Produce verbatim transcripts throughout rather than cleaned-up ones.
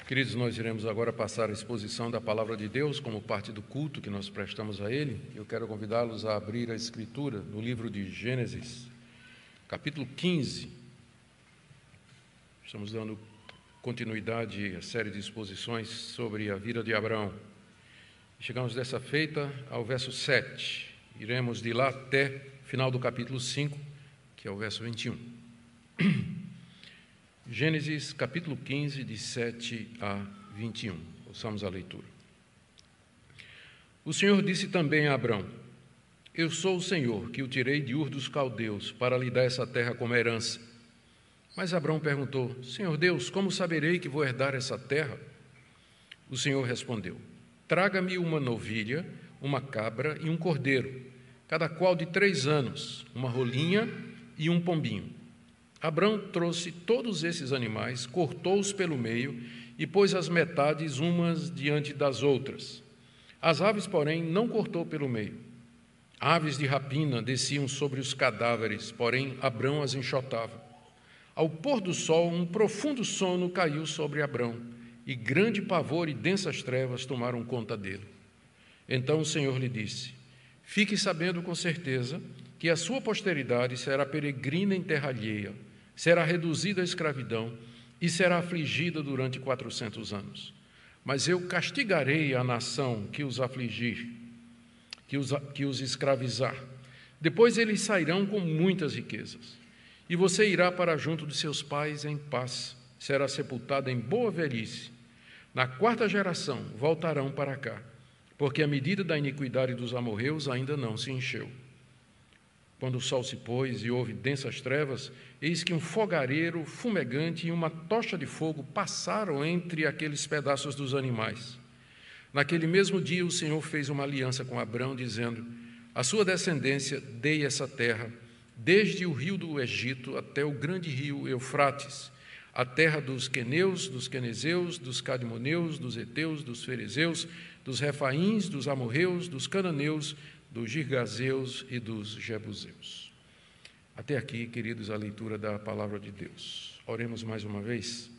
Queridos, nós iremos agora passar a exposição da Palavra de Deus como parte do culto que nós prestamos a Ele. Eu quero convidá-los a abrir a Escritura no livro de Gênesis, capítulo quinze. Estamos dando continuidade à série de exposições sobre a vida de Abraão. Chegamos dessa feita ao verso sete. Iremos de lá até o final do capítulo cinco, que é o verso vinte e um. Gênesis, capítulo quinze, de sete a vinte e um. Ouçamos a leitura. O Senhor disse também a Abrão: Eu sou o Senhor, que o tirei de Ur dos Caldeus, para lhe dar essa terra como herança. Mas Abrão perguntou: Senhor Deus, como saberei que vou herdar essa terra? O Senhor respondeu: Traga-me uma novilha, uma cabra e um cordeiro, cada qual de três anos, uma rolinha e um pombinho. Abrão trouxe todos esses animais, cortou-os pelo meio e pôs as metades umas diante das outras. As aves, porém, não cortou pelo meio. Aves de rapina desciam sobre os cadáveres, porém Abrão as enxotava. Ao pôr do sol, um profundo sono caiu sobre Abrão, e grande pavor e densas trevas tomaram conta dele. Então o Senhor lhe disse: Fique sabendo com certeza que a sua posteridade será peregrina em terra alheia, será reduzida à escravidão e será afligida durante quatrocentos anos. Mas eu castigarei a nação que os afligir, que os, que os escravizar. Depois eles sairão com muitas riquezas. E você irá para junto de seus pais em paz, será sepultado em boa velhice. Na quarta geração voltarão para cá, porque a medida da iniquidade dos amorreus ainda não se encheu. Quando o sol se pôs e houve densas trevas, eis que um fogareiro fumegante e uma tocha de fogo passaram entre aqueles pedaços dos animais. Naquele mesmo dia o Senhor fez uma aliança com Abrão, dizendo: A sua descendência dei essa terra, desde o rio do Egito até o grande rio Eufrates, a terra dos queneus, dos quenezeus, dos cadmoneus, dos heteus, dos ferezeus, dos refaíns, dos amorreus, dos cananeus, dos girgazeus e dos jebuseus. Até aqui, queridos, a leitura da palavra de Deus. Oremos mais uma vez.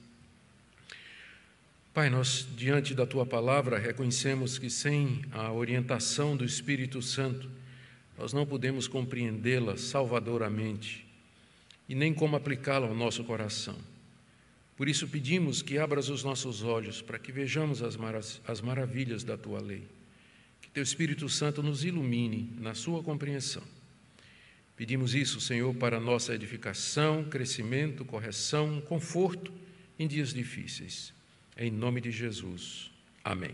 Pai, nós, diante da Tua palavra, reconhecemos que sem a orientação do Espírito Santo, nós não podemos compreendê-la salvadoramente e nem como aplicá-la ao nosso coração. Por isso pedimos que abras os nossos olhos para que vejamos as, mara- as maravilhas da Tua lei. Teu Espírito Santo nos ilumine na sua compreensão. Pedimos isso, Senhor, para nossa edificação, crescimento, correção, conforto em dias difíceis. Em nome de Jesus. Amém.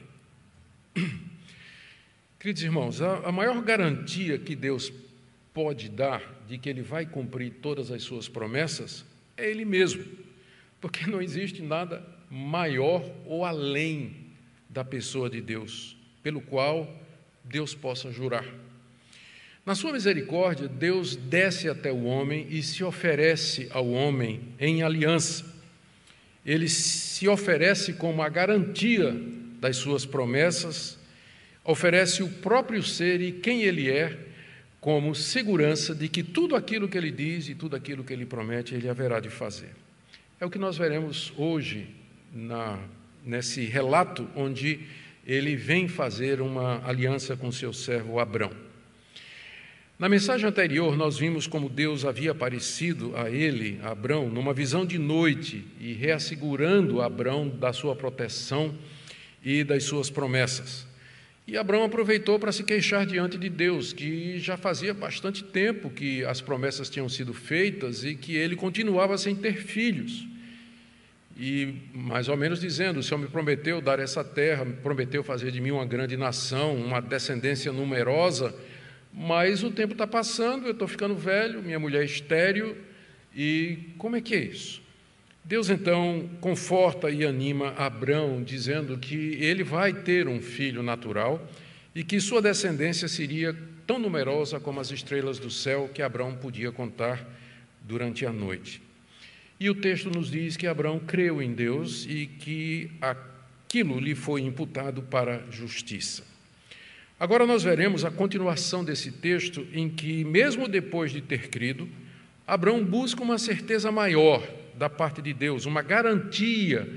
Queridos irmãos, a maior garantia que Deus pode dar de que Ele vai cumprir todas as suas promessas é Ele mesmo, porque não existe nada maior ou além da pessoa de Deus, pelo qual Deus possa jurar. Na sua misericórdia, Deus desce até o homem e se oferece ao homem em aliança. Ele se oferece como a garantia das suas promessas, oferece o próprio ser e quem ele é, como segurança de que tudo aquilo que ele diz e tudo aquilo que ele promete, ele haverá de fazer. É o que nós veremos hoje na, nesse relato onde ele vem fazer uma aliança com seu servo Abrão. Na mensagem anterior, nós vimos como Deus havia aparecido a ele, a Abrão, numa visão de noite e reassegurando Abrão da sua proteção e das suas promessas. E Abrão aproveitou para se queixar diante de Deus, que já fazia bastante tempo que as promessas tinham sido feitas e que ele continuava sem ter filhos. E mais ou menos dizendo: o Senhor me prometeu dar essa terra, me prometeu fazer de mim uma grande nação, uma descendência numerosa, mas o tempo está passando, eu estou ficando velho, minha mulher é estéril, e como é que é isso? Deus então conforta e anima Abrão, dizendo que ele vai ter um filho natural e que sua descendência seria tão numerosa como as estrelas do céu que Abrão podia contar durante a noite. E o texto nos diz que Abrão creu em Deus e que aquilo lhe foi imputado para justiça. Agora nós veremos a continuação desse texto em que, mesmo depois de ter crido, Abrão busca uma certeza maior da parte de Deus, uma garantia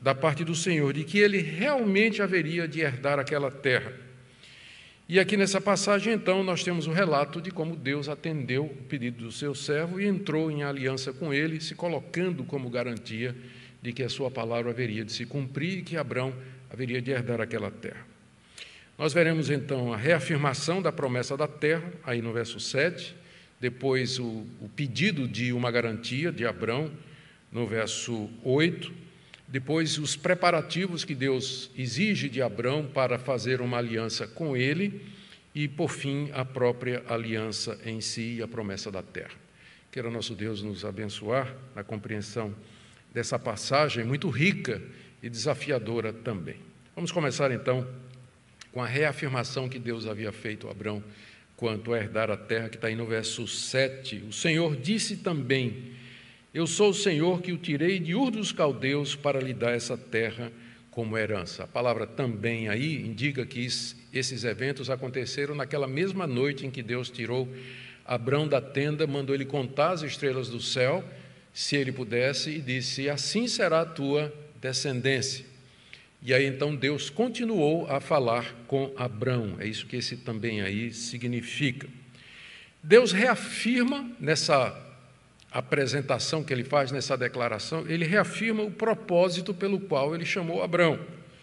da parte do Senhor, de que ele realmente haveria de herdar aquela terra. E aqui nessa passagem, então, nós temos o relato de como Deus atendeu o pedido do seu servo e entrou em aliança com ele, se colocando como garantia de que a sua palavra haveria de se cumprir e que Abrão haveria de herdar aquela terra. Nós veremos, então, a reafirmação da promessa da terra, aí no verso sete, depois o, o pedido de uma garantia de Abrão, no verso oito, depois os preparativos que Deus exige de Abrão para fazer uma aliança com ele e, por fim, a própria aliança em si e a promessa da terra. Queira nosso Deus nos abençoar na compreensão dessa passagem muito rica e desafiadora também. Vamos começar, então, com a reafirmação que Deus havia feito a Abrão quanto a herdar a terra, que está aí no verso sete. O Senhor disse também: eu sou o Senhor que o tirei de Ur dos Caldeus para lhe dar essa terra como herança. A palavra também aí indica que esses eventos aconteceram naquela mesma noite em que Deus tirou Abrão da tenda, mandou ele contar as estrelas do céu, se ele pudesse, e disse: assim será a tua descendência. E aí então Deus continuou a falar com Abrão. É isso que esse também aí significa. Deus reafirma nessa apresentação que ele faz, nessa declaração, ele reafirma o propósito pelo qual ele chamou Abrão.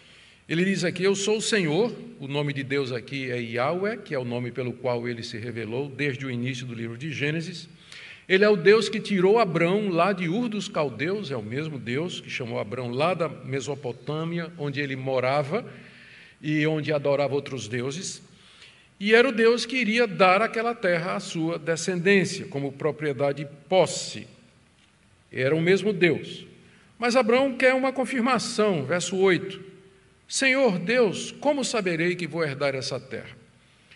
Ele diz aqui: eu sou o Senhor. O nome de Deus aqui é Yahweh, que é o nome pelo qual ele se revelou desde o início do livro de Gênesis. Ele é o Deus que tirou Abrão lá de Ur dos Caldeus, é o mesmo Deus que chamou Abrão lá da Mesopotâmia, onde ele morava e onde adorava outros deuses. E era o Deus que iria dar aquela terra à sua descendência, como propriedade e posse. Era o mesmo Deus. Mas Abrão quer uma confirmação, verso oito. Senhor Deus, como saberei que vou herdar essa terra?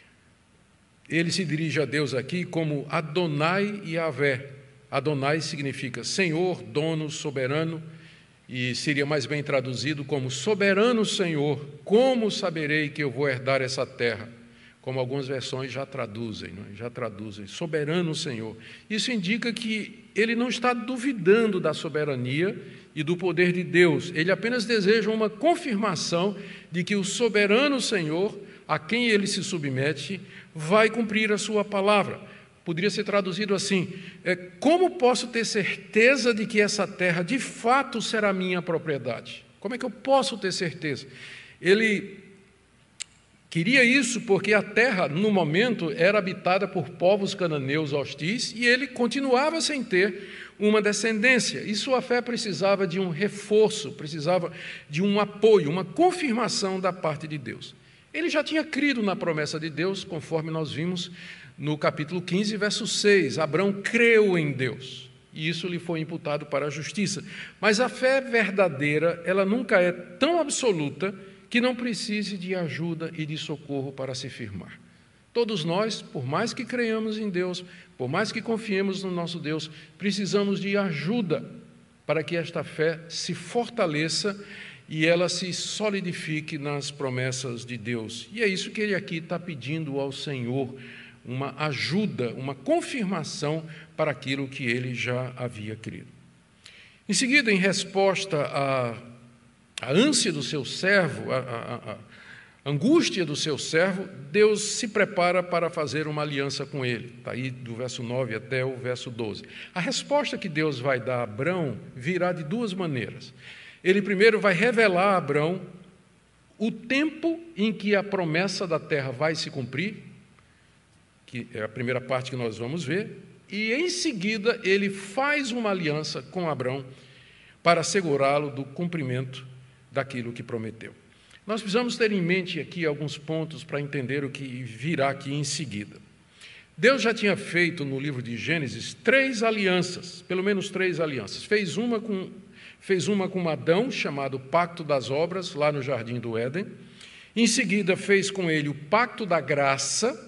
Ele se dirige a Deus aqui como Adonai Yahvé. Adonai significa Senhor, dono, soberano, e seria mais bem traduzido como soberano Senhor. Como saberei que eu vou herdar essa terra? Como algumas versões já traduzem, não é? já traduzem, soberano Senhor. Isso indica que ele não está duvidando da soberania e do poder de Deus. Ele apenas deseja uma confirmação de que o soberano Senhor, a quem ele se submete, vai cumprir a sua palavra. Poderia ser traduzido assim: é, como posso ter certeza de que essa terra de fato será minha propriedade? Como é que eu posso ter certeza? Ele queria isso porque a terra, no momento, era habitada por povos cananeus hostis e ele continuava sem ter uma descendência. E sua fé precisava de um reforço, precisava de um apoio, uma confirmação da parte de Deus. Ele já tinha crido na promessa de Deus, conforme nós vimos no capítulo quinze, verso seis. Abrão creu em Deus, e isso lhe foi imputado para a justiça. Mas a fé verdadeira, ela nunca é tão absoluta que não precise de ajuda e de socorro para se firmar. Todos nós, por mais que creiamos em Deus, por mais que confiemos no nosso Deus, precisamos de ajuda para que esta fé se fortaleça e ela se solidifique nas promessas de Deus. E é isso que ele aqui está pedindo ao Senhor, uma ajuda, uma confirmação para aquilo que ele já havia crido. Em seguida, em resposta à, à ânsia do seu servo, à, à, à angústia do seu servo, Deus se prepara para fazer uma aliança com ele. Está aí do verso nove até o verso doze. A resposta que Deus vai dar a Abrão virá de duas maneiras. Ele primeiro vai revelar a Abrão o tempo em que a promessa da terra vai se cumprir, que é a primeira parte que nós vamos ver, e em seguida ele faz uma aliança com Abrão para assegurá-lo do cumprimento daquilo que prometeu. Nós precisamos ter em mente aqui alguns pontos para entender o que virá aqui em seguida. Deus já tinha feito no livro de Gênesis três alianças, pelo menos três alianças. Fez uma com, fez uma com Adão, chamado Pacto das Obras, lá no Jardim do Éden. Em seguida, fez com ele o Pacto da Graça,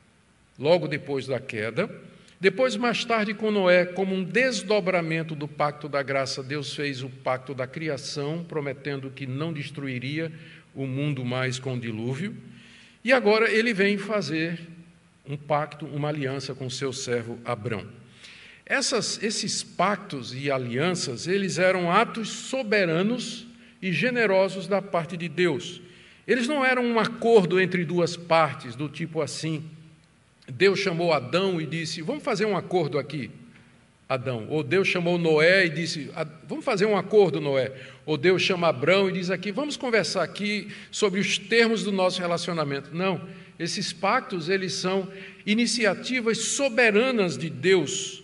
logo depois da queda. Depois, mais tarde, com Noé, como um desdobramento do Pacto da Graça, Deus fez o Pacto da Criação, prometendo que não destruiria o mundo mais com o dilúvio. E agora ele vem fazer um pacto, uma aliança com seu servo Abrão. Essas, esses pactos e alianças, eles eram atos soberanos e generosos da parte de Deus. Eles não eram um acordo entre duas partes, do tipo assim, Deus chamou Adão e disse, vamos fazer um acordo aqui, Adão. Ou Deus chamou Noé e disse, vamos fazer um acordo, Noé. Ou Deus chama Abrão e diz aqui, vamos conversar aqui sobre os termos do nosso relacionamento. Não, esses pactos, eles são iniciativas soberanas de Deus,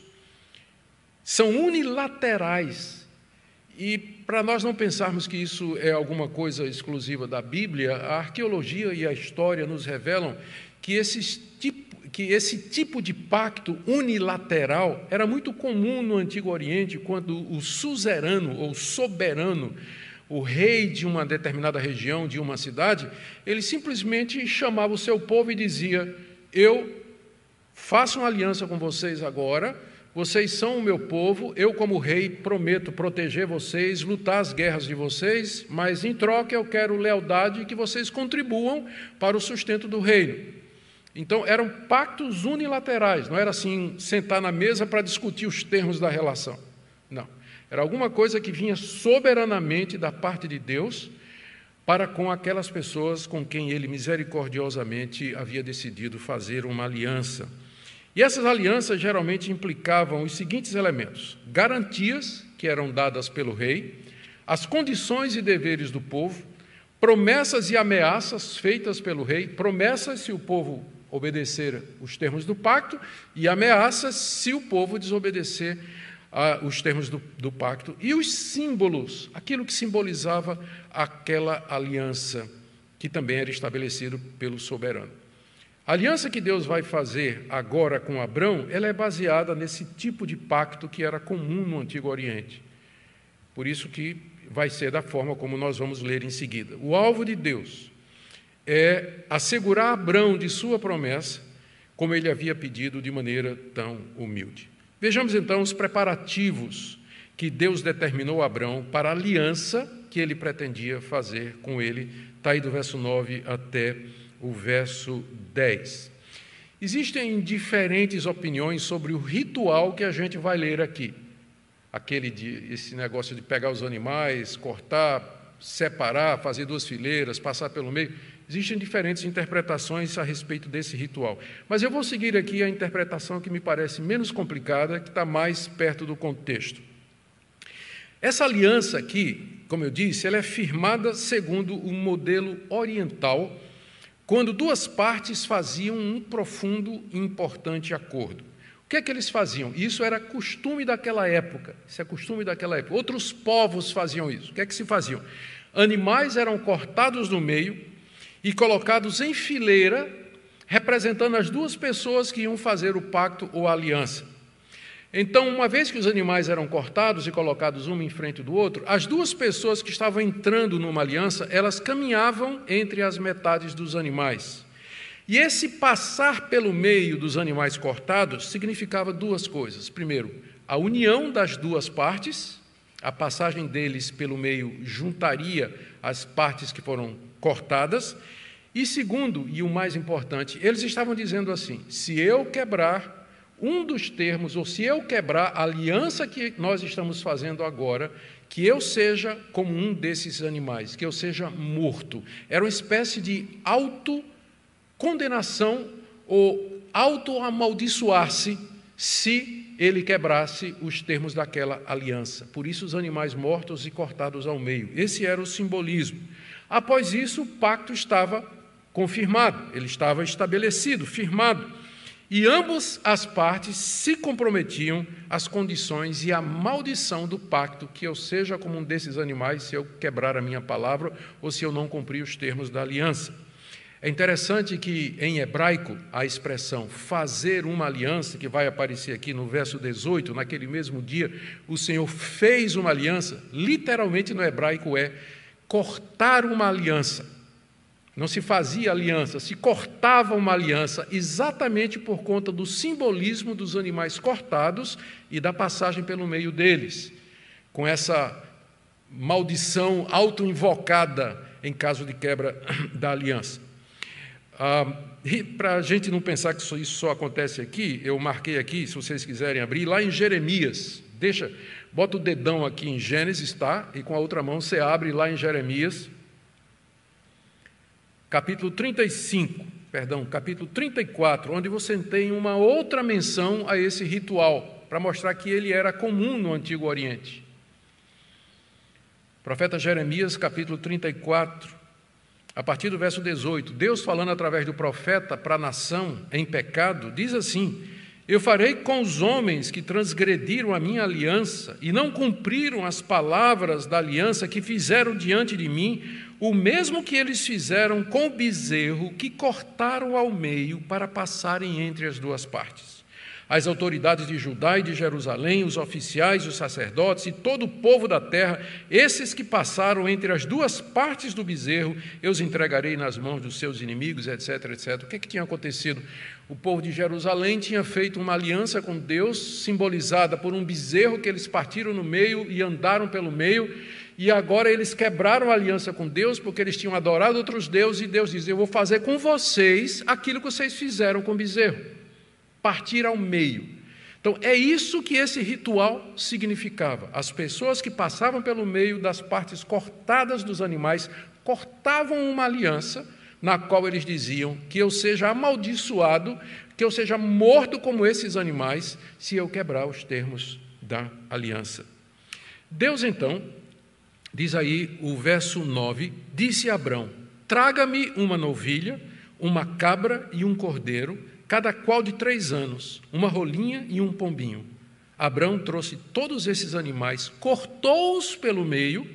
são unilaterais. E para nós não pensarmos que isso é alguma coisa exclusiva da Bíblia, a arqueologia e a história nos revelam que esses tipos que esse tipo de pacto unilateral era muito comum no Antigo Oriente, quando o suzerano ou soberano, o rei de uma determinada região, de uma cidade, ele simplesmente chamava o seu povo e dizia, eu faço uma aliança com vocês agora, vocês são o meu povo, eu como rei prometo proteger vocês, lutar as guerras de vocês, mas em troca eu quero lealdade e que vocês contribuam para o sustento do reino. Então, eram pactos unilaterais, não era assim, sentar na mesa para discutir os termos da relação. Não, era alguma coisa que vinha soberanamente da parte de Deus para com aquelas pessoas com quem Ele misericordiosamente havia decidido fazer uma aliança. E essas alianças geralmente implicavam os seguintes elementos: garantias que eram dadas pelo rei, as condições e deveres do povo, promessas e ameaças feitas pelo rei, promessas se o povo obedecer os termos do pacto e ameaças se o povo desobedecer ah, os termos do, do pacto, e os símbolos, aquilo que simbolizava aquela aliança que também era estabelecido pelo soberano. A aliança que Deus vai fazer agora com Abrão, ela é baseada nesse tipo de pacto que era comum no Antigo Oriente. Por isso que vai ser da forma como nós vamos ler em seguida. O alvo de Deus é assegurar Abrão de sua promessa, como ele havia pedido de maneira tão humilde. Vejamos então os preparativos que Deus determinou a Abrão para a aliança que ele pretendia fazer com ele. Está aí do verso nove até o verso dez. Existem diferentes opiniões sobre o ritual que a gente vai ler aqui. Aquele de, esse negócio de pegar os animais, cortar, separar, fazer duas fileiras, passar pelo meio. Existem diferentes interpretações a respeito desse ritual. Mas eu vou seguir aqui a interpretação que me parece menos complicada, que está mais perto do contexto. Essa aliança aqui, como eu disse, ela é firmada segundo o modelo oriental, quando duas partes faziam um profundo e importante acordo. O que é que eles faziam? Isso era costume daquela época. Isso é costume daquela época. Outros povos faziam isso. O que é que se faziam? Animais eram cortados no meio e colocados em fileira, representando as duas pessoas que iam fazer o pacto ou a aliança. Então, uma vez que os animais eram cortados e colocados um em frente do outro, as duas pessoas que estavam entrando numa aliança, elas caminhavam entre as metades dos animais. E esse passar pelo meio dos animais cortados significava duas coisas. Primeiro, a união das duas partes, a passagem deles pelo meio juntaria as partes que foram cortadas. E segundo, e o mais importante, eles estavam dizendo assim, se eu quebrar um dos termos, ou se eu quebrar a aliança que nós estamos fazendo agora, que eu seja como um desses animais, que eu seja morto. Era uma espécie de autocondenação ou auto-amaldiçoar-se se ele quebrasse os termos daquela aliança. Por isso os animais mortos e cortados ao meio. Esse era o simbolismo. Após isso, o pacto estava confirmado, ele estava estabelecido, firmado. E ambas as partes se comprometiam às condições e à maldição do pacto, que eu seja como um desses animais se eu quebrar a minha palavra ou se eu não cumprir os termos da aliança. É interessante que, em hebraico, a expressão fazer uma aliança, que vai aparecer aqui no verso dezoito, naquele mesmo dia, o Senhor fez uma aliança, literalmente no hebraico é cortar uma aliança. Não se fazia aliança, se cortava uma aliança exatamente por conta do simbolismo dos animais cortados e da passagem pelo meio deles, com essa maldição auto-invocada em caso de quebra da aliança. Ah, para a gente não pensar que isso só acontece aqui, eu marquei aqui, se vocês quiserem abrir, lá em Jeremias, deixa, Bota o dedão aqui em Gênesis, tá? E com a outra mão você abre lá em Jeremias, capítulo trinta e cinco, perdão, capítulo trinta e quatro, onde você tem uma outra menção a esse ritual, para mostrar que ele era comum no Antigo Oriente. Profeta Jeremias, capítulo trinta e quatro, a partir do verso dezoito, Deus falando através do profeta para a nação em pecado, diz assim: eu farei com os homens que transgrediram a minha aliança e não cumpriram as palavras da aliança que fizeram diante de mim, o mesmo que eles fizeram com o bezerro que cortaram ao meio para passarem entre as duas partes. As autoridades de Judá e de Jerusalém, os oficiais, os sacerdotes e todo o povo da terra, esses que passaram entre as duas partes do bezerro, eu os entregarei nas mãos dos seus inimigos, etc, etcétera. O que, que tinha acontecido? O povo de Jerusalém tinha feito uma aliança com Deus, simbolizada por um bezerro que eles partiram no meio e andaram pelo meio, e agora eles quebraram a aliança com Deus, porque eles tinham adorado outros deuses, e Deus diz: eu vou fazer com vocês aquilo que vocês fizeram com o bezerro. Partir ao meio. Então, é isso que esse ritual significava. As pessoas que passavam pelo meio das partes cortadas dos animais cortavam uma aliança na qual eles diziam que eu seja amaldiçoado, que eu seja morto como esses animais, se eu quebrar os termos da aliança. Deus, então, diz aí o verso nove, disse a Abrão: traga-me uma novilha, uma cabra e um cordeiro, cada qual de três anos, uma rolinha e um pombinho. Abrão trouxe todos esses animais, cortou-os pelo meio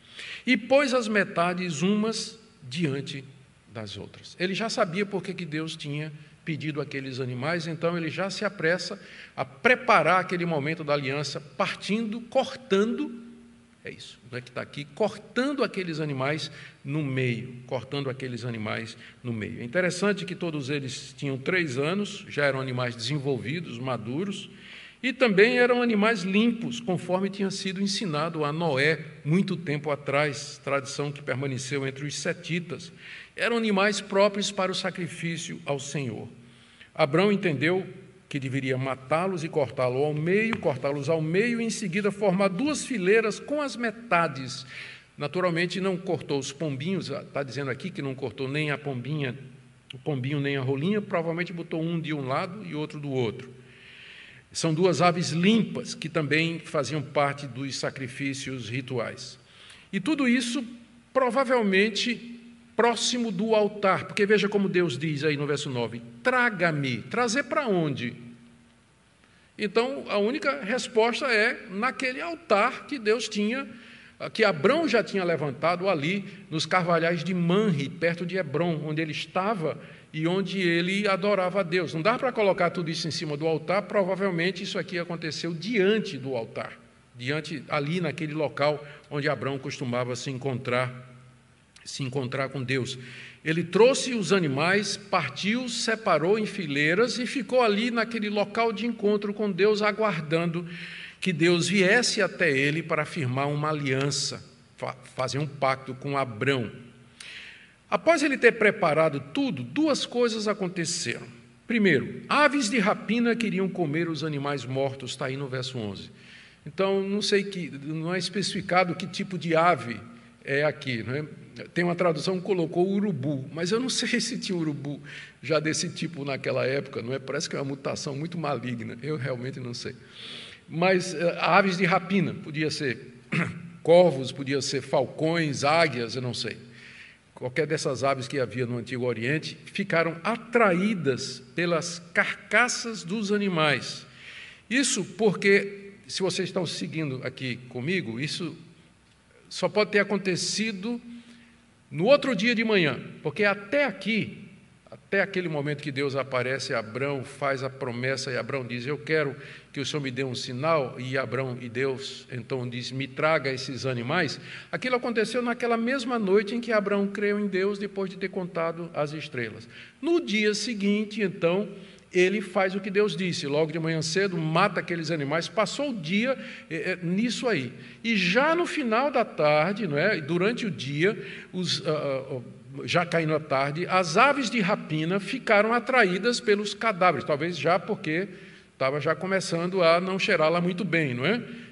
e pôs as metades umas diante das outras. Ele já sabia por que Deus tinha pedido aqueles animais, então ele já se apressa a preparar aquele momento da aliança, partindo, cortando, é isso, não é que está aqui, cortando aqueles animais no meio, cortando aqueles animais no meio. É interessante que todos eles tinham três anos, já eram animais desenvolvidos, maduros, e também eram animais limpos, conforme tinha sido ensinado a Noé muito tempo atrás, tradição que permaneceu entre os setitas. Eram animais próprios para o sacrifício ao Senhor. Abrão entendeu que deveria matá-los e cortá-los ao meio, cortá-los ao meio e, em seguida, formar duas fileiras com as metades. Naturalmente, não cortou os pombinhos, está dizendo aqui que não cortou nem a pombinha, o pombinho nem a rolinha, provavelmente botou um de um lado e outro do outro. São duas aves limpas, que também faziam parte dos sacrifícios rituais. E tudo isso, provavelmente, próximo do altar, porque veja como Deus diz aí no verso nove, traga-me, trazer para onde? Então, a única resposta é naquele altar que Deus tinha, que Abrão já tinha levantado ali, nos carvalhais de Manre, perto de Hebrom, onde ele estava e onde ele adorava a Deus. Não dá para colocar tudo isso em cima do altar, provavelmente isso aqui aconteceu diante do altar, diante, ali naquele local onde Abrão costumava se encontrar, se encontrar com Deus. Ele trouxe os animais, partiu, separou em fileiras e ficou ali naquele local de encontro com Deus, aguardando que Deus viesse até ele para firmar uma aliança, fazer um pacto com Abrão. Após ele ter preparado tudo, duas coisas aconteceram. Primeiro, aves de rapina queriam comer os animais mortos, está aí no verso onze. Então, não sei que, não é especificado que tipo de ave é aqui, não é? Tem uma tradução que colocou urubu, mas eu não sei se tinha urubu já desse tipo naquela época, não é? Parece que é uma mutação muito maligna, eu realmente não sei. Mas uh, aves de rapina, podia ser corvos, podia ser falcões, águias, eu não sei. Qualquer dessas aves que havia no Antigo Oriente, ficaram atraídas pelas carcaças dos animais. Isso porque, se vocês estão seguindo aqui comigo, isso só pode ter acontecido no outro dia de manhã, porque até aqui, até aquele momento que Deus aparece a Abrão, faz a promessa, e Abrão diz, eu quero que o Senhor me dê um sinal, e Abrão e Deus então diz, me traga esses animais. Aquilo aconteceu naquela mesma noite em que Abrão creu em Deus, depois de ter contado as estrelas. No dia seguinte, então, ele faz o que Deus disse, logo de manhã cedo, mata aqueles animais, passou o dia é, nisso aí. E já no final da tarde, não é, durante o dia, os, uh, uh, já caindo a tarde, as aves de rapina ficaram atraídas pelos cadáveres, talvez já porque estava já começando a não cheirar lá muito bem, não é?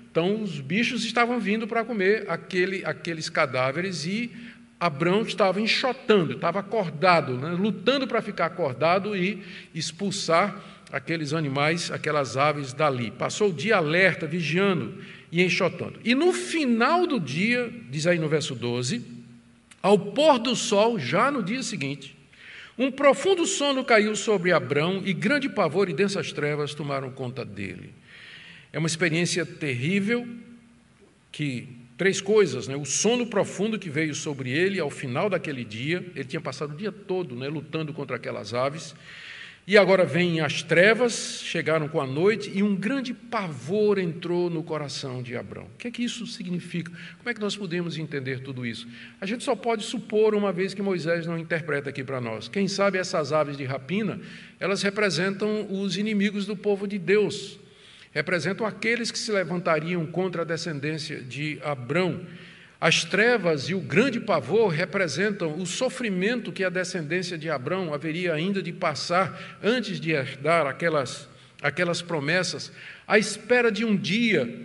Então, os bichos estavam vindo para comer aquele, aqueles cadáveres e Abrão estava enxotando, estava acordado, né, lutando para ficar acordado e expulsar aqueles animais, aquelas aves dali. Passou o dia alerta, vigiando e enxotando. E no final do dia, diz aí no verso doze, ao pôr do sol, já no dia seguinte, um profundo sono caiu sobre Abrão e grande pavor e densas trevas tomaram conta dele. É uma experiência terrível, que três coisas, né? O sono profundo que veio sobre ele ao final daquele dia, ele tinha passado o dia todo, né, lutando contra aquelas aves, e agora vêm as trevas, chegaram com a noite, e um grande pavor entrou no coração de Abrão. O que é que isso significa? Como é que nós podemos entender tudo isso? A gente só pode supor, uma vez que Moisés não interpreta aqui para nós. Quem sabe essas aves de rapina, elas representam os inimigos do povo de Deus, representam aqueles que se levantariam contra a descendência de Abrão. As trevas e o grande pavor representam o sofrimento que a descendência de Abrão haveria ainda de passar antes de herdar aquelas, aquelas promessas, à espera de um dia.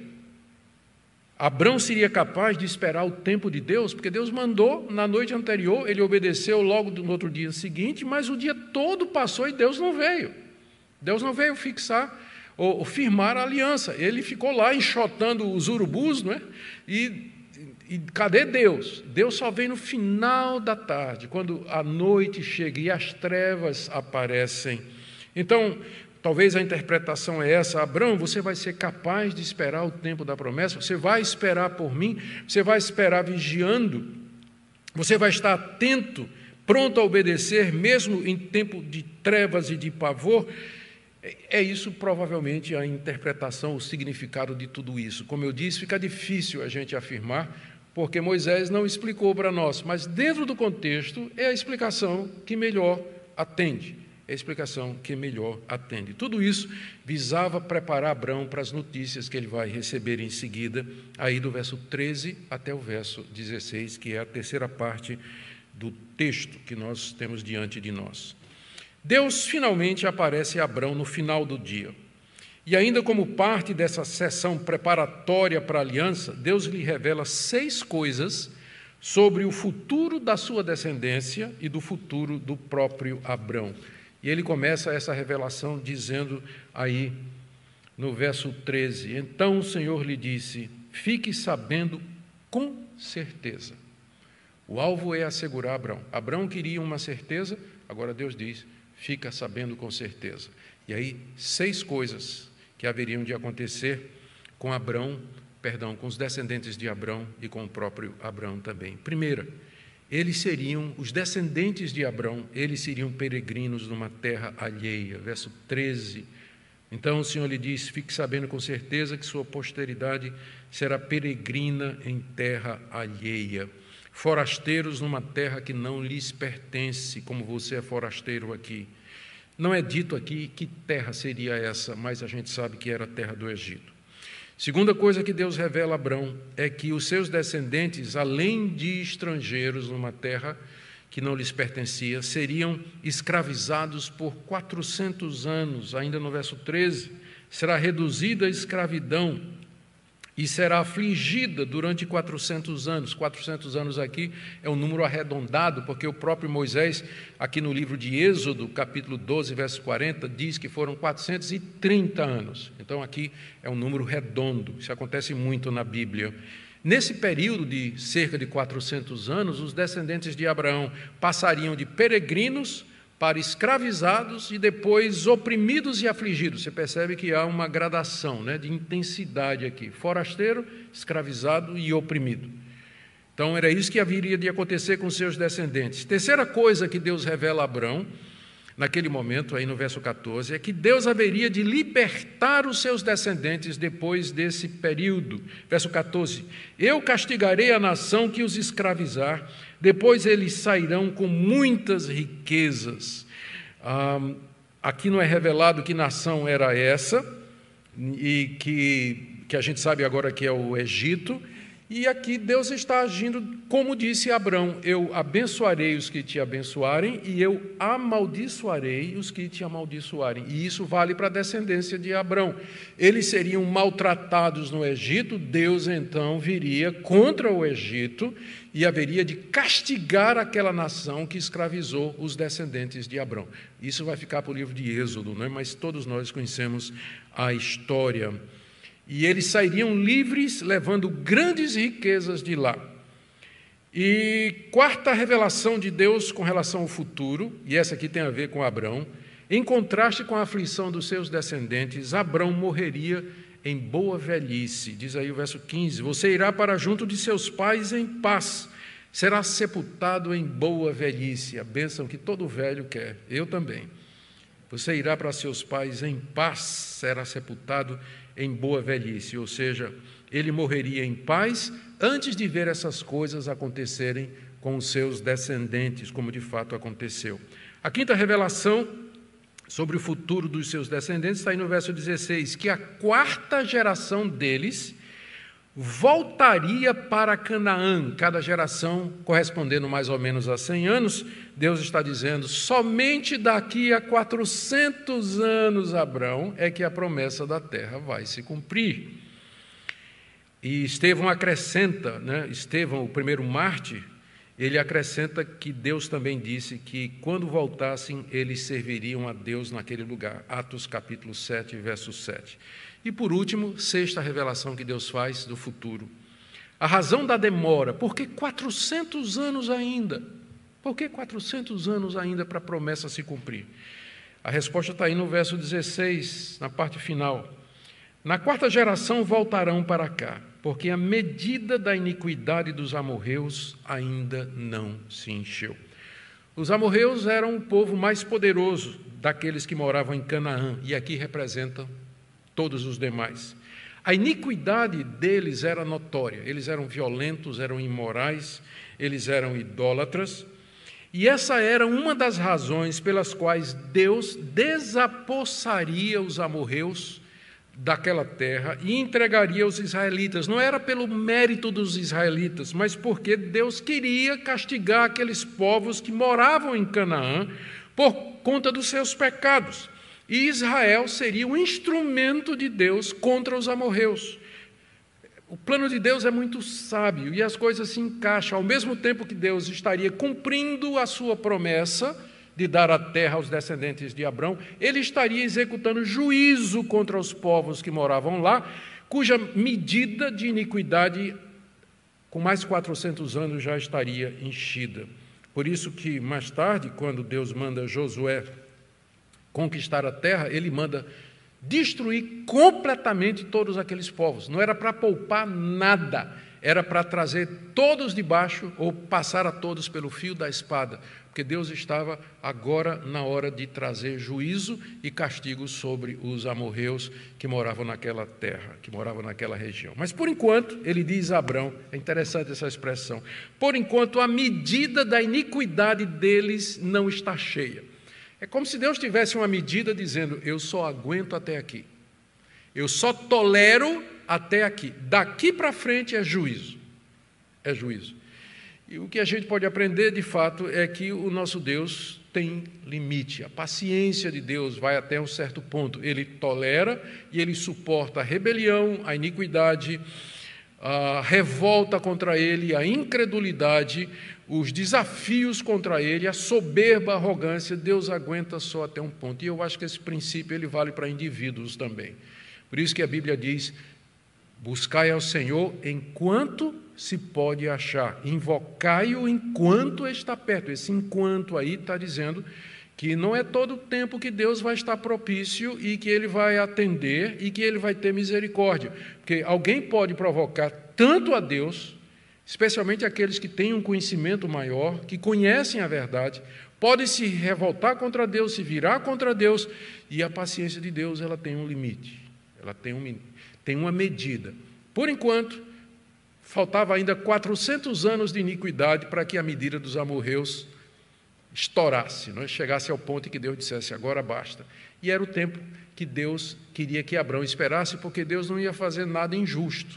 Abrão seria capaz de esperar o tempo de Deus, porque Deus mandou na noite anterior, ele obedeceu logo no outro dia seguinte, mas o dia todo passou e Deus não veio. Deus não veio fixar ou, ou firmar a aliança. Ele ficou lá enxotando os urubus, não é? E E cadê Deus? Deus só vem no final da tarde, quando a noite chega e as trevas aparecem. Então, talvez a interpretação é essa: Abrão, você vai ser capaz de esperar o tempo da promessa? Você vai esperar por mim? Você vai esperar vigiando? Você vai estar atento, pronto a obedecer, mesmo em tempo de trevas e de pavor? É isso provavelmente a interpretação, o significado de tudo isso. Como eu disse, fica difícil a gente afirmar, porque Moisés não explicou para nós, mas dentro do contexto é a explicação que melhor atende, é a explicação que melhor atende. Tudo isso visava preparar Abrão para as notícias que ele vai receber em seguida, aí do verso treze até o verso dezesseis, que é a terceira parte do texto que nós temos diante de nós. Deus finalmente aparece a Abrão no final do dia. E ainda como parte dessa sessão preparatória para a aliança, Deus lhe revela seis coisas sobre o futuro da sua descendência e do futuro do próprio Abrão. E ele começa essa revelação dizendo aí no verso treze, então o Senhor lhe disse, fique sabendo com certeza. O alvo é assegurar Abrão. Abrão queria uma certeza, agora Deus diz, fica sabendo com certeza. E aí, seis coisas que haveriam de acontecer com Abrão, perdão, com os descendentes de Abrão e com o próprio Abrão também. Primeira, eles seriam, os descendentes de Abrão, eles seriam peregrinos numa terra alheia. Verso treze. Então o Senhor lhe disse, fique sabendo com certeza que sua posteridade será peregrina em terra alheia. Forasteiros numa terra que não lhes pertence, como você é forasteiro aqui. Não é dito aqui que terra seria essa, mas a gente sabe que era a terra do Egito. Segunda coisa que Deus revela a Abrão é que os seus descendentes, além de estrangeiros numa terra que não lhes pertencia, seriam escravizados por quatrocentos anos, ainda no verso treze, será reduzida a escravidão e será afligida durante quatrocentos anos. quatrocentos anos aqui é um número arredondado, porque o próprio Moisés, aqui no livro de Êxodo, capítulo doze, verso quarenta, diz que foram quatrocentos e trinta anos. Então aqui é um número redondo, isso acontece muito na Bíblia. Nesse período de cerca de quatrocentos anos, os descendentes de Abraão passariam de peregrinos para escravizados e depois oprimidos e afligidos. Você percebe que há uma gradação, né, de intensidade aqui. Forasteiro, escravizado e oprimido. Então, era isso que haveria de acontecer com seus descendentes. Terceira coisa que Deus revela a Abrão, naquele momento, aí no verso catorze, é que Deus haveria de libertar os seus descendentes depois desse período. Verso catorze, eu castigarei a nação que os escravizar, depois eles sairão com muitas riquezas. Ah, aqui não é revelado que nação era essa, e que, que a gente sabe agora que é o Egito, E aqui Deus está agindo como disse Abrão: eu abençoarei os que te abençoarem e eu amaldiçoarei os que te amaldiçoarem. E isso vale para a descendência de Abrão. Eles seriam maltratados no Egito, Deus então viria contra o Egito e haveria de castigar aquela nação que escravizou os descendentes de Abrão. Isso vai ficar para o livro de Êxodo, não é? Mas todos nós conhecemos a história. E eles sairiam livres, levando grandes riquezas de lá. E quarta revelação de Deus com relação ao futuro, e essa aqui tem a ver com Abrão, em contraste com a aflição dos seus descendentes, Abrão morreria em boa velhice. Diz aí o verso quinze: você irá para junto de seus pais em paz, será sepultado em boa velhice, a bênção que todo velho quer, eu também. Você irá para seus pais em paz, será sepultado em boa velhice, ou seja, ele morreria em paz antes de ver essas coisas acontecerem com os seus descendentes, como de fato aconteceu. A quinta revelação sobre o futuro dos seus descendentes está aí no verso dezesseis, que a quarta geração deles voltaria para Canaã, cada geração correspondendo mais ou menos a cem anos. Deus está dizendo, somente daqui a quatrocentos anos, Abrão, é que a promessa da terra vai se cumprir. E Estevão acrescenta, né, Estevão, o primeiro mártir, ele acrescenta que Deus também disse que quando voltassem, eles serviriam a Deus naquele lugar. Atos capítulo sete, verso sete. E por último, sexta revelação que Deus faz do futuro. A razão da demora, por que quatrocentos anos ainda? Por que quatrocentos anos ainda para a promessa se cumprir? A resposta está aí no verso dezesseis, na parte final. Na quarta geração voltarão para cá, porque a medida da iniquidade dos amorreus ainda não se encheu. Os amorreus eram o povo mais poderoso daqueles que moravam em Canaã, e aqui representam todos os demais. A iniquidade deles era notória, eles eram violentos, eram imorais, eles eram idólatras, e essa era uma das razões pelas quais Deus desapossaria os amorreus daquela terra e entregaria os israelitas. Não era pelo mérito dos israelitas, mas porque Deus queria castigar aqueles povos que moravam em Canaã por conta dos seus pecados. E Israel seria um instrumento de Deus contra os amorreus. O plano de Deus é muito sábio e as coisas se encaixam. Ao mesmo tempo que Deus estaria cumprindo a sua promessa de dar a terra aos descendentes de Abrão, ele estaria executando juízo contra os povos que moravam lá, cuja medida de iniquidade, com mais de quatrocentos anos, já estaria enchida. Por isso que, mais tarde, quando Deus manda Josué conquistar a terra, ele manda destruir completamente todos aqueles povos. Não era para poupar nada, era para trazer todos debaixo ou passar a todos pelo fio da espada, porque Deus estava agora na hora de trazer juízo e castigo sobre os amorreus que moravam naquela terra, que moravam naquela região. Mas, por enquanto, ele diz a Abrão, é interessante essa expressão, por enquanto a medida da iniquidade deles não está cheia. É como se Deus tivesse uma medida dizendo, eu só aguento até aqui. Eu só tolero até aqui. Daqui para frente é juízo. É juízo. E o que a gente pode aprender, de fato, é que o nosso Deus tem limite. A paciência de Deus vai até um certo ponto. Ele tolera e ele suporta a rebelião, a iniquidade, a revolta contra ele, a incredulidade, os desafios contra ele, a soberba, a arrogância. Deus aguenta só até um ponto. E eu acho que esse princípio ele vale para indivíduos também. Por isso que a Bíblia diz, buscai ao Senhor enquanto se pode achar, invocai-o enquanto está perto. Esse enquanto aí está dizendo que não é todo o tempo que Deus vai estar propício e que ele vai atender e que ele vai ter misericórdia. Porque alguém pode provocar tanto a Deus, especialmente aqueles que têm um conhecimento maior, que conhecem a verdade, podem se revoltar contra Deus, se virar contra Deus, e a paciência de Deus ela tem um limite, ela tem, um, tem uma medida. Por enquanto, faltava ainda quatrocentos anos de iniquidade para que a medida dos amorreus estourasse, não é? Chegasse ao ponto em que Deus dissesse, agora basta. E era o tempo que Deus queria que Abrão esperasse, porque Deus não ia fazer nada injusto.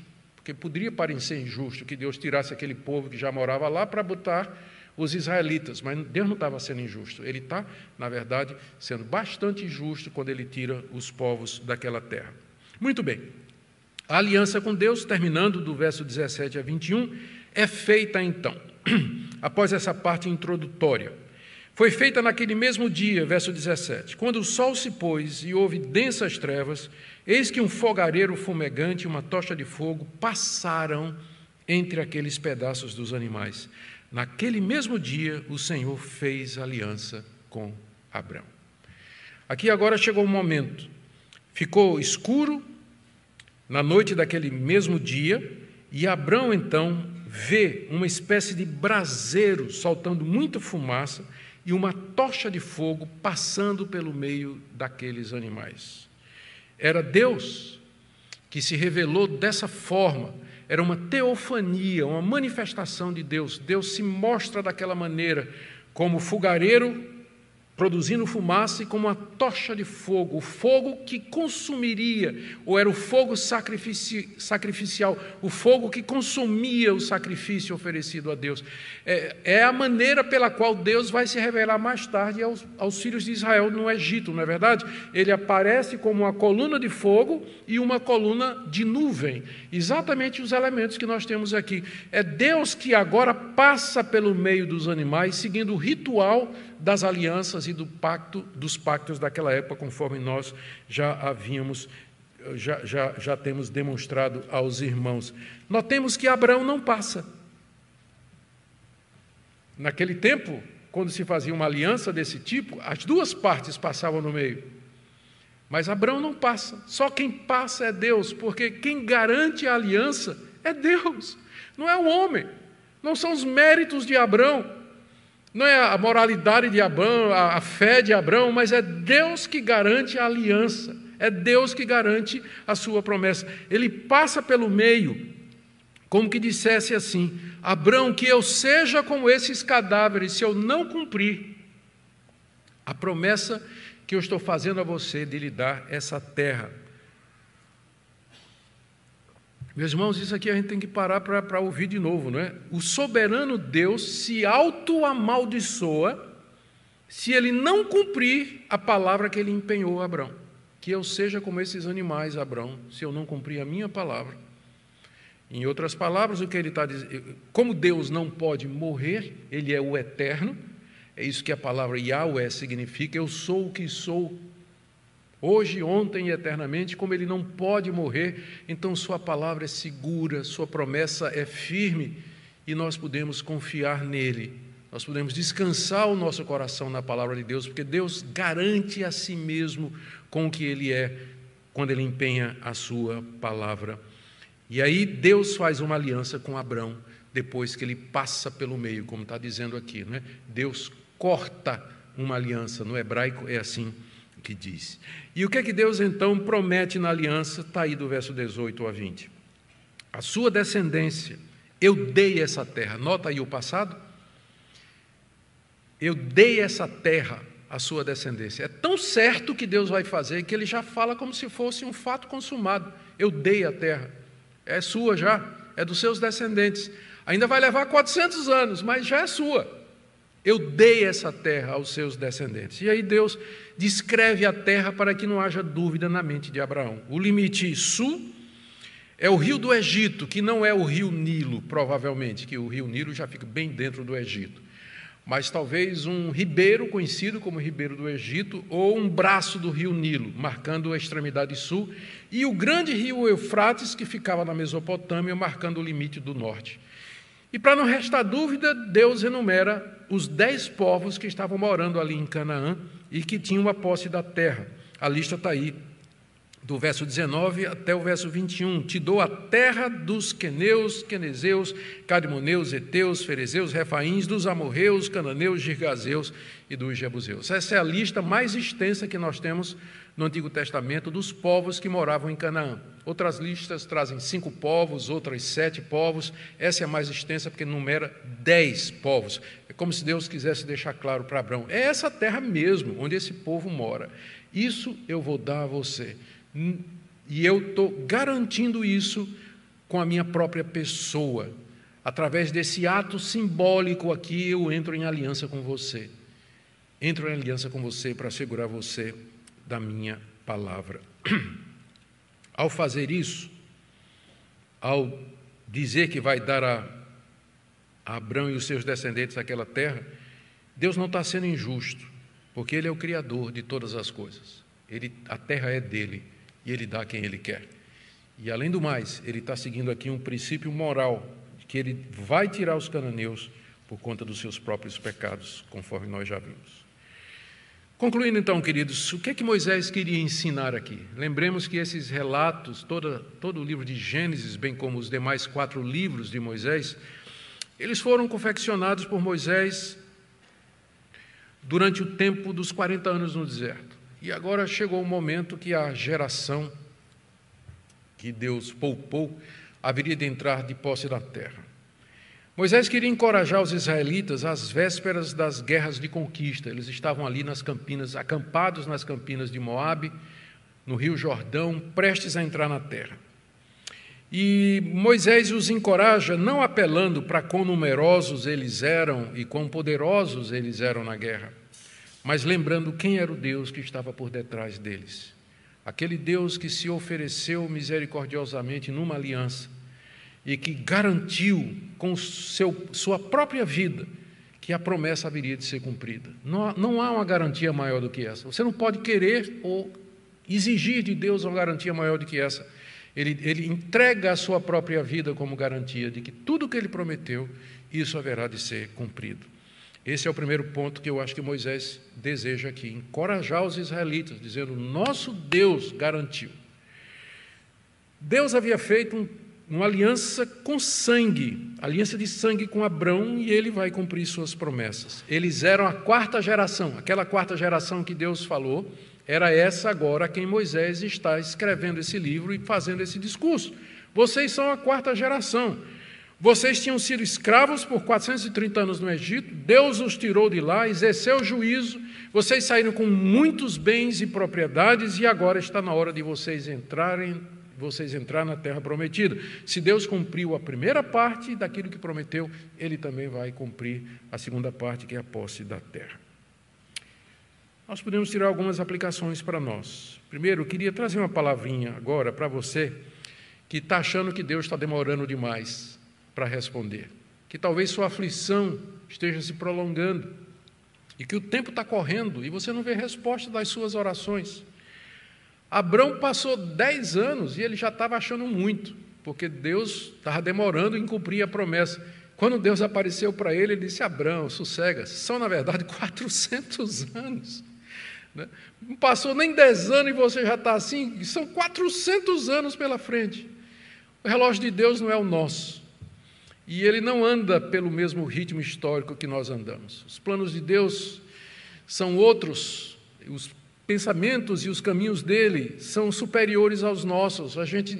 porque poderia parecer injusto que Deus tirasse aquele povo que já morava lá para botar os israelitas, mas Deus não estava sendo injusto. Ele está, na verdade, sendo bastante justo quando ele tira os povos daquela terra. Muito bem. A aliança com Deus, terminando do verso dezessete a vinte e um, é feita então, após essa parte introdutória. Foi feita naquele mesmo dia, verso dezessete, quando o sol se pôs e houve densas trevas, eis que um fogareiro fumegante e uma tocha de fogo passaram entre aqueles pedaços dos animais. Naquele mesmo dia, o Senhor fez aliança com Abrão. Aqui agora chegou o momento. Ficou escuro na noite daquele mesmo dia, e Abrão, então, vê uma espécie de braseiro soltando muita fumaça e uma tocha de fogo passando pelo meio daqueles animais. Era Deus que se revelou dessa forma. Era uma teofania, uma manifestação de Deus. Deus se mostra daquela maneira, como fogareiro produzindo fumaça e como uma tocha de fogo, o fogo que consumiria, ou era o fogo sacrifici- sacrificial, o fogo que consumia o sacrifício oferecido a Deus. É, é a maneira pela qual Deus vai se revelar mais tarde aos, aos filhos de Israel no Egito, não é verdade? Ele aparece como uma coluna de fogo e uma coluna de nuvem, exatamente os elementos que nós temos aqui. É Deus que agora passa pelo meio dos animais, seguindo o ritual das alianças e do pacto, dos pactos daquela época, conforme nós já havíamos, já, já, já temos demonstrado aos irmãos. Notemos que Abraão não passa. Naquele tempo, quando se fazia uma aliança desse tipo, as duas partes passavam no meio. Mas Abraão não passa. Só quem passa é Deus, porque quem garante a aliança é Deus, não é o homem. Não são os méritos de Abraão, não é a moralidade de Abraão, a fé de Abraão, mas é Deus que garante a aliança, é Deus que garante a sua promessa. Ele passa pelo meio, como que dissesse assim: Abraão, que eu seja como esses cadáveres, se eu não cumprir a promessa que eu estou fazendo a você de lhe dar essa terra. Meus irmãos, isso aqui a gente tem que parar para ouvir de novo, não é? O soberano Deus se auto-amaldiçoa se ele não cumprir a palavra que ele empenhou a Abrão. Que eu seja como esses animais, Abrão, se eu não cumprir a minha palavra. Em outras palavras, o que ele está dizendo, como Deus não pode morrer, ele é o eterno, é isso que a palavra Yahweh significa, eu sou o que sou, hoje, ontem e eternamente, como ele não pode morrer, então sua palavra é segura, sua promessa é firme, e nós podemos confiar nele, nós podemos descansar o nosso coração na palavra de Deus, porque Deus garante a si mesmo com o que ele é, quando ele empenha a sua palavra. E aí Deus faz uma aliança com Abrão, depois que ele passa pelo meio, como está dizendo aqui, né? Deus corta uma aliança, no hebraico é assim que diz. E o que é que Deus então promete na aliança? Está aí do verso dezoito a vinte. A sua descendência, eu dei essa terra. Nota aí o passado. Eu dei essa terra à sua descendência. É tão certo que Deus vai fazer que ele já fala como se fosse um fato consumado. Eu dei a terra. É sua já, é dos seus descendentes. Ainda vai levar quatrocentos anos, mas já é sua. Eu dei essa terra aos seus descendentes. E aí Deus descreve a terra para que não haja dúvida na mente de Abraão. O limite sul é o rio do Egito, que não é o rio Nilo, provavelmente, que o rio Nilo já fica bem dentro do Egito. Mas talvez um ribeiro conhecido como Ribeiro do Egito, ou um braço do rio Nilo, marcando a extremidade sul, e o grande rio Eufrates, que ficava na Mesopotâmia, marcando o limite do norte. E para não restar dúvida, Deus enumera os dez povos que estavam morando ali em Canaã e que tinham a posse da terra. A lista está aí, do verso dezenove até o verso vinte e um. Te dou a terra dos queneus, quenezeus, cadmoneus, heteus, ferezeus, refaíns, dos amorreus, cananeus, girgazeus e dos jebuseus. Essa é a lista mais extensa que nós temos no Antigo Testamento dos povos que moravam em Canaã. Outras listas trazem cinco povos, outras sete povos. Essa é a mais extensa porque numera dez povos. É como se Deus quisesse deixar claro para Abraão: é essa terra mesmo, onde esse povo mora. Isso eu vou dar a você. E eu estou garantindo isso com a minha própria pessoa. Através desse ato simbólico aqui, eu entro em aliança com você. Entro em aliança com você para assegurar você da minha palavra. Ao fazer isso, ao dizer que vai dar a, a Abrão e os seus descendentes aquela terra, Deus não está sendo injusto, porque Ele é o Criador de todas as coisas. Ele, a terra é dele e Ele dá a quem Ele quer. E, além do mais, Ele está seguindo aqui um princípio moral, de que Ele vai tirar os cananeus por conta dos seus próprios pecados, conforme nós já vimos. Concluindo então, queridos, o que é que Moisés queria ensinar aqui? Lembremos que esses relatos, toda, todo o livro de Gênesis, bem como os demais quatro livros de Moisés, eles foram confeccionados por Moisés durante o tempo dos quarenta anos no deserto. E agora chegou o momento que a geração que Deus poupou haveria de entrar de posse da terra. Moisés queria encorajar os israelitas às vésperas das guerras de conquista. Eles estavam ali nas campinas, acampados nas campinas de Moabe, no rio Jordão, prestes a entrar na terra. E Moisés os encoraja, não apelando para quão numerosos eles eram e quão poderosos eles eram na guerra, mas lembrando quem era o Deus que estava por detrás deles. Aquele Deus que se ofereceu misericordiosamente numa aliança, e que garantiu com seu, sua própria vida que a promessa haveria de ser cumprida. Não, não há uma garantia maior do que essa. Você não pode querer ou exigir de Deus uma garantia maior do que essa. Ele, ele entrega a sua própria vida como garantia de que tudo o que Ele prometeu, isso haverá de ser cumprido. Esse é o primeiro ponto que eu acho que Moisés deseja aqui, encorajar os israelitas, dizendo, nosso Deus garantiu. Deus havia feito um uma aliança com sangue, aliança de sangue com Abrão, e ele vai cumprir suas promessas. Eles eram a quarta geração, aquela quarta geração que Deus falou, era essa agora a quem Moisés está escrevendo esse livro e fazendo esse discurso. Vocês são a quarta geração. Vocês tinham sido escravos por quatrocentos e trinta anos no Egito, Deus os tirou de lá, exerceu juízo, vocês saíram com muitos bens e propriedades, e agora está na hora de vocês entrarem vocês entrar na terra prometida. Se Deus cumpriu a primeira parte daquilo que prometeu, Ele também vai cumprir a segunda parte, que é a posse da terra. Nós podemos tirar algumas aplicações para nós. Primeiro, eu queria trazer uma palavrinha agora para você que está achando que Deus está demorando demais para responder, que talvez sua aflição esteja se prolongando e que o tempo está correndo e você não vê resposta das suas orações. Abrão passou dez anos e ele já estava achando muito, porque Deus estava demorando em cumprir a promessa. Quando Deus apareceu para ele, ele disse, Abrão, sossega, são na verdade quatrocentos anos. Né? Não passou nem dez anos e você já está assim, são quatrocentos anos pela frente. O relógio de Deus não é o nosso, e ele não anda pelo mesmo ritmo histórico que nós andamos. Os planos de Deus são outros, os pensamentos e os caminhos dele são superiores aos nossos. A gente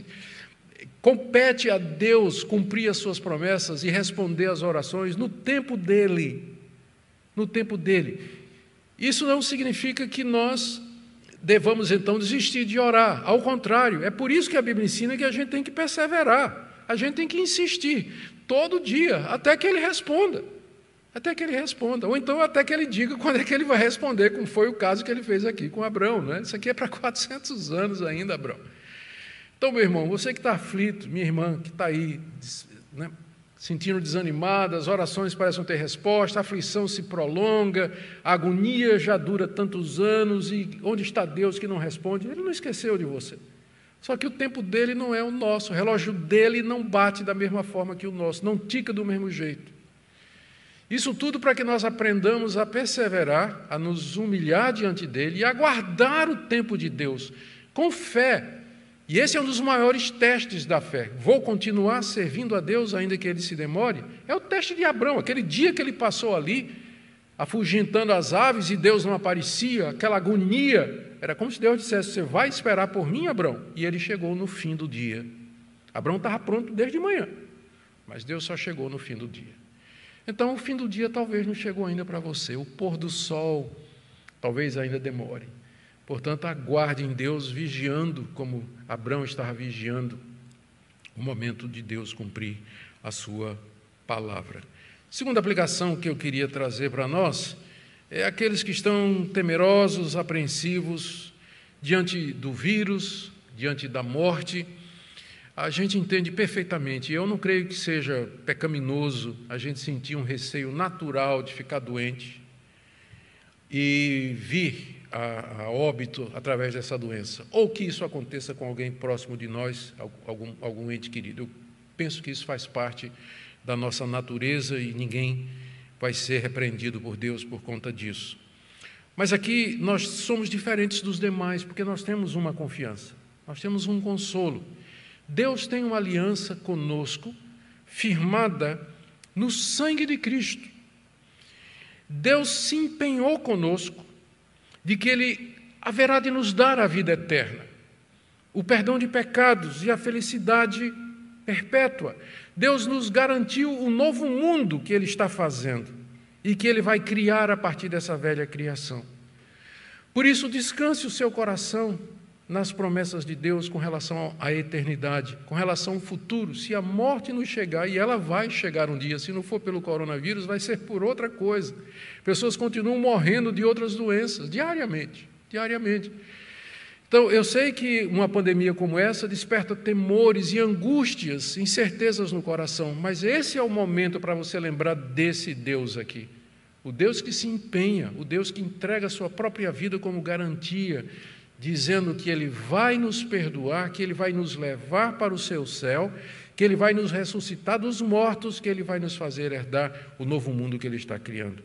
compete a Deus cumprir as suas promessas e responder às orações no tempo dele, no tempo dele. Isso não significa que nós devamos então desistir de orar, ao contrário, é por isso que a Bíblia ensina que a gente tem que perseverar, a gente tem que insistir, todo dia, até que ele responda. Até que ele responda, ou então até que ele diga quando é que ele vai responder, como foi o caso que ele fez aqui com Abrão. Né? Isso aqui é para quatrocentos anos ainda, Abrão. Então, meu irmão, você que está aflito, minha irmã que está aí, né, sentindo desanimada, as orações parecem não ter resposta, a aflição se prolonga, a agonia já dura tantos anos, e onde está Deus que não responde? Ele não esqueceu de você. Só que o tempo dele não é o nosso, o relógio dele não bate da mesma forma que o nosso, não tica do mesmo jeito. Isso tudo para que nós aprendamos a perseverar, a nos humilhar diante dele e aguardar o tempo de Deus com fé. E esse é um dos maiores testes da fé. Vou continuar servindo a Deus ainda que ele se demore? É o teste de Abrão, aquele dia que ele passou ali, afugentando as aves e Deus não aparecia, aquela agonia. Era como se Deus dissesse, você vai esperar por mim, Abrão? E ele chegou no fim do dia. Abrão estava pronto desde manhã, mas Deus só chegou no fim do dia. Então, o fim do dia talvez não chegou ainda para você. O pôr do sol talvez ainda demore. Portanto, aguarde em Deus, vigiando, como Abrão estava vigiando, o momento de Deus cumprir a sua palavra. Segunda aplicação que eu queria trazer para nós é aqueles que estão temerosos, apreensivos diante do vírus, diante da morte. A gente entende perfeitamente, eu não creio que seja pecaminoso a gente sentir um receio natural de ficar doente e vir a, a óbito através dessa doença, ou que isso aconteça com alguém próximo de nós, algum, algum ente querido. Eu penso que isso faz parte da nossa natureza e ninguém vai ser repreendido por Deus por conta disso. Mas aqui nós somos diferentes dos demais, porque nós temos uma confiança, nós temos um consolo. Deus tem uma aliança conosco, firmada no sangue de Cristo. Deus se empenhou conosco de que Ele haverá de nos dar a vida eterna, o perdão de pecados e a felicidade perpétua. Deus nos garantiu o novo mundo que Ele está fazendo e que Ele vai criar a partir dessa velha criação. Por isso, descanse o seu coração nas promessas de Deus com relação à eternidade, com relação ao futuro. Se a morte nos chegar, e ela vai chegar um dia, se não for pelo coronavírus, vai ser por outra coisa. Pessoas continuam morrendo de outras doenças, diariamente, diariamente. Então, eu sei que uma pandemia como essa desperta temores e angústias, incertezas no coração, mas esse é o momento para você lembrar desse Deus aqui. O Deus que se empenha, o Deus que entrega a sua própria vida como garantia, dizendo que Ele vai nos perdoar, que Ele vai nos levar para o seu céu, que Ele vai nos ressuscitar dos mortos, que Ele vai nos fazer herdar o novo mundo que Ele está criando.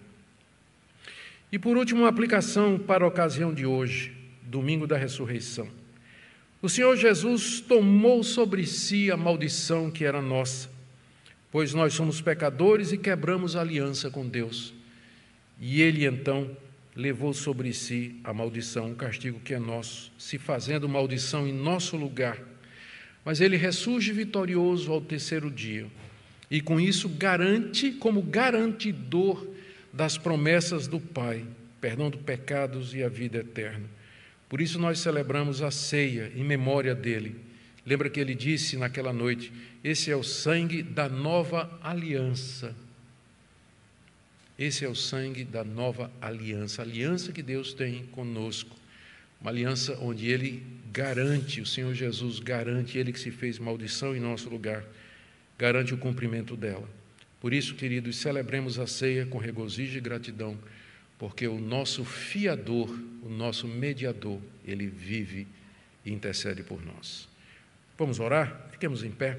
E por último, uma aplicação para a ocasião de hoje, domingo da ressurreição. O Senhor Jesus tomou sobre si a maldição que era nossa, pois nós somos pecadores e quebramos a aliança com Deus. E Ele, então, levou sobre si a maldição, o castigo que é nosso, se fazendo maldição em nosso lugar. Mas Ele ressurge vitorioso ao terceiro dia, e com isso garante, como garantidor das promessas do Pai, perdão dos pecados e a vida eterna. Por isso nós celebramos a ceia em memória dele. Lembra que ele disse naquela noite: esse é o sangue da nova aliança. Esse é o sangue da nova aliança, a aliança que Deus tem conosco. Uma aliança onde Ele garante, o Senhor Jesus garante, Ele que se fez maldição em nosso lugar, garante o cumprimento dela. Por isso, queridos, celebremos a ceia com regozijo e gratidão, porque o nosso fiador, o nosso mediador, Ele vive e intercede por nós. Vamos orar? Fiquemos em pé.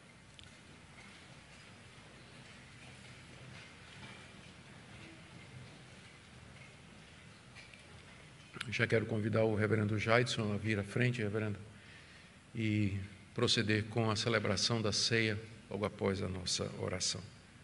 Já quero convidar o reverendo Jaidson a vir à frente, reverendo, e proceder com a celebração da ceia logo após a nossa oração.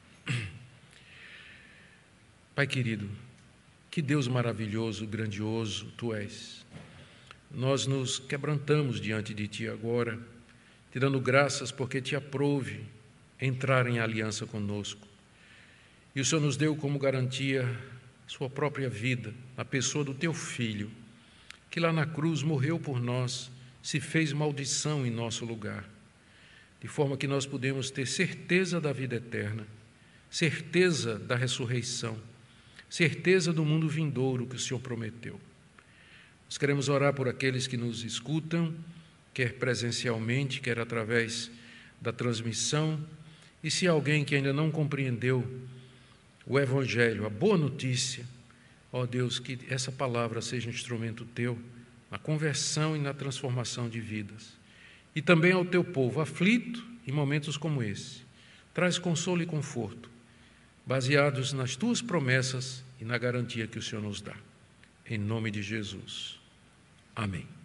Pai querido, que Deus maravilhoso, grandioso Tu és. Nós nos quebrantamos diante de Ti agora, Te dando graças porque Te aprouve entrar em aliança conosco. E o Senhor nos deu como garantia Sua própria vida, na pessoa do Teu Filho, que lá na cruz morreu por nós, se fez maldição em nosso lugar, de forma que nós podemos ter certeza da vida eterna, certeza da ressurreição, certeza do mundo vindouro que o Senhor prometeu. Nós queremos orar por aqueles que nos escutam, quer presencialmente, quer através da transmissão, e se alguém que ainda não compreendeu o Evangelho, a boa notícia, ó Deus, que essa palavra seja instrumento Teu na conversão e na transformação de vidas. E também ao Teu povo aflito em momentos como esse, traz consolo e conforto, baseados nas Tuas promessas e na garantia que o Senhor nos dá. Em nome de Jesus. Amém.